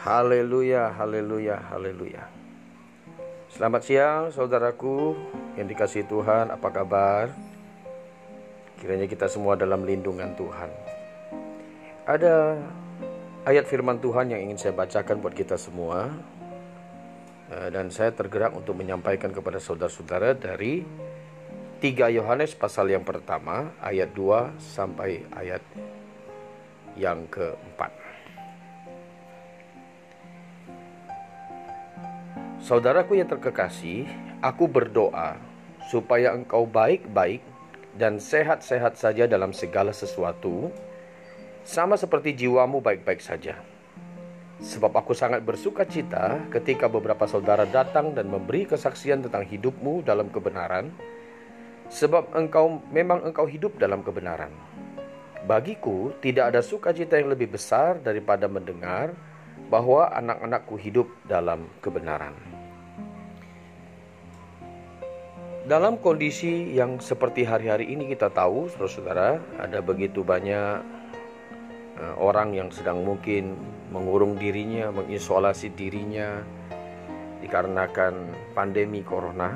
Haleluya, haleluya, haleluya. Selamat siang saudaraku yang dikasihi Tuhan, apa kabar? Kiranya kita semua dalam lindungan Tuhan. Ada ayat firman Tuhan yang ingin saya bacakan buat kita semua, dan saya tergerak untuk menyampaikan kepada saudara-saudara dari 3 Yohanes pasal yang pertama, ayat 2 sampai ayat yang keempat. Saudaraku yang terkekasih, aku berdoa supaya engkau baik-baik dan sehat-sehat saja dalam segala sesuatu, sama seperti jiwamu baik-baik saja. Sebab aku sangat bersuka cita ketika beberapa saudara datang dan memberi kesaksian tentang hidupmu dalam kebenaran, sebab memang engkau hidup dalam kebenaran. Bagiku tidak ada sukacita yang lebih besar daripada mendengar bahwa anak-anakku hidup dalam kebenaran. Dalam kondisi yang seperti hari-hari ini kita tahu, saudara-saudara, ada begitu banyak orang yang sedang mungkin mengurung dirinya, mengisolasi dirinya dikarenakan pandemi corona.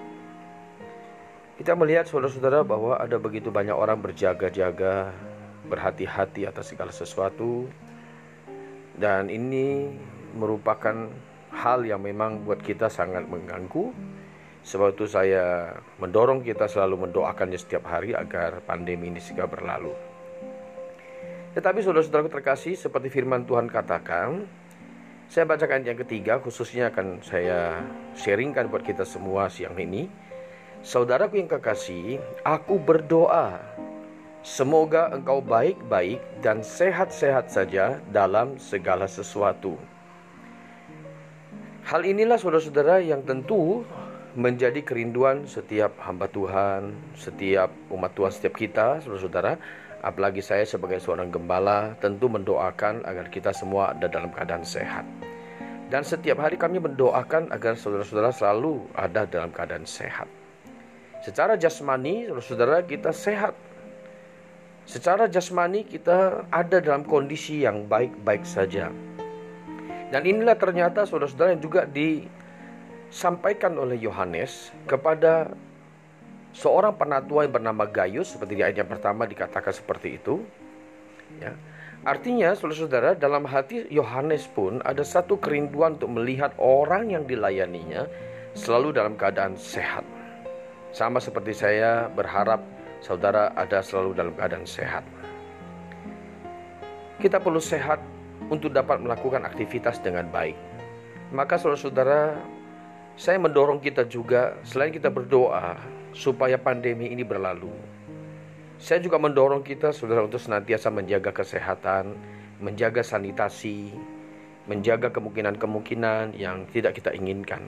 Kita melihat saudara-saudara bahwa ada begitu banyak orang berjaga-jaga, berhati-hati atas segala sesuatu. Dan ini merupakan hal yang memang buat kita sangat mengganggu. Sebab itu saya mendorong kita selalu mendoakannya setiap hari agar pandemi ini segera berlalu. Tetapi saudara-saudara terkasih, seperti firman Tuhan katakan, saya bacakan yang ketiga, khususnya akan saya sharingkan buat kita semua siang ini. Saudaraku yang kekasih, aku berdoa semoga engkau baik-baik dan sehat-sehat saja dalam segala sesuatu. Hal inilah saudara-saudara yang tentu menjadi kerinduan setiap hamba Tuhan, setiap umat Tuhan, setiap kita, saudara-saudara. Apalagi saya sebagai seorang gembala tentu mendoakan agar kita semua ada dalam keadaan sehat. Dan setiap hari kami mendoakan agar saudara-saudara selalu ada dalam keadaan sehat. Secara jasmani, saudara-saudara, kita sehat. Secara jasmani kita ada dalam kondisi yang baik-baik saja. Dan inilah ternyata saudara-saudara yang juga disampaikan oleh Yohanes kepada seorang penatua yang bernama Gaius, seperti di ayat yang pertama dikatakan seperti itu. Ya. Artinya saudara-saudara, dalam hati Yohanes pun ada satu kerinduan untuk melihat orang yang dilayaninya selalu dalam keadaan sehat. Sama seperti saya berharap saudara ada selalu dalam keadaan sehat. Kita perlu sehat untuk dapat melakukan aktivitas dengan baik. Maka saudara-saudara, saya mendorong kita juga, selain kita berdoa supaya pandemi ini berlalu, saya juga mendorong kita saudara untuk senantiasa menjaga kesehatan, menjaga sanitasi, menjaga kemungkinan-kemungkinan yang tidak kita inginkan.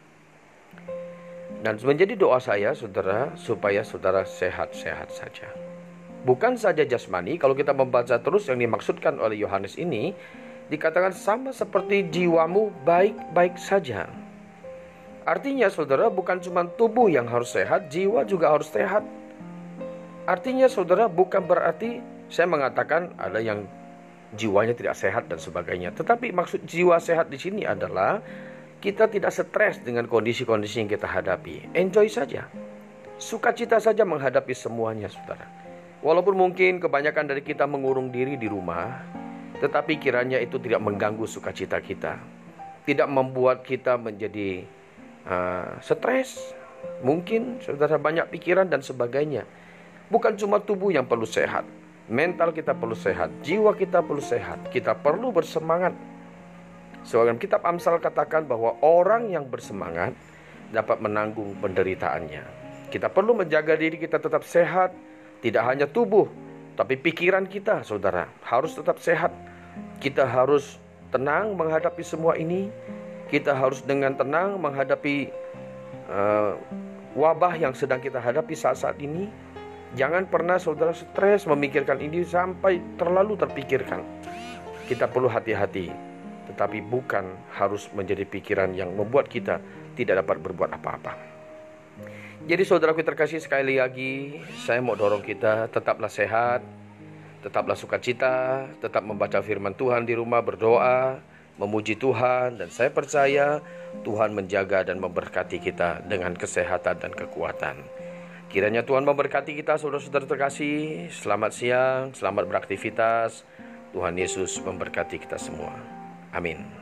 Dan menjadi doa saya saudara, supaya saudara sehat-sehat saja. Bukan saja jasmani, kalau kita membaca terus yang dimaksudkan oleh Yohanes ini, dikatakan sama seperti jiwamu baik-baik saja. Artinya saudara, bukan cuma tubuh yang harus sehat, jiwa juga harus sehat. Artinya saudara, bukan berarti saya mengatakan ada yang jiwanya tidak sehat dan sebagainya. Tetapi maksud jiwa sehat di sini adalah kita tidak stres dengan kondisi-kondisi yang kita hadapi. Enjoy saja. Sukacita saja menghadapi semuanya, saudara. Walaupun mungkin kebanyakan dari kita mengurung diri di rumah, tetapi kiranya itu tidak mengganggu sukacita kita. Tidak membuat kita menjadi stres. Mungkin saudara banyak pikiran dan sebagainya. Bukan cuma tubuh yang perlu sehat. Mental kita perlu sehat. Jiwa kita perlu sehat. Kita perlu bersemangat. Dalam kitab Amsal katakan bahwa orang yang bersemangat dapat menanggung penderitaannya. Kita perlu menjaga diri kita tetap sehat. Tidak hanya tubuh, tapi pikiran kita, saudara, harus tetap sehat. Kita harus tenang menghadapi semua ini. Kita harus dengan tenang menghadapi wabah yang sedang kita hadapi saat-saat ini. Jangan pernah saudara stres memikirkan ini sampai terlalu terpikirkan. Kita perlu hati-hati. Tetapi bukan harus menjadi pikiran yang membuat kita tidak dapat berbuat apa-apa. Jadi saudaraku terkasih, sekali lagi saya mau dorong kita tetaplah sehat, tetaplah sukacita, tetap membaca firman Tuhan di rumah, berdoa, memuji Tuhan, dan saya percaya Tuhan menjaga dan memberkati kita dengan kesehatan dan kekuatan. Kiranya Tuhan memberkati kita, saudara-saudara terkasih. Selamat siang, selamat beraktivitas. Tuhan Yesus memberkati kita semua. Amin.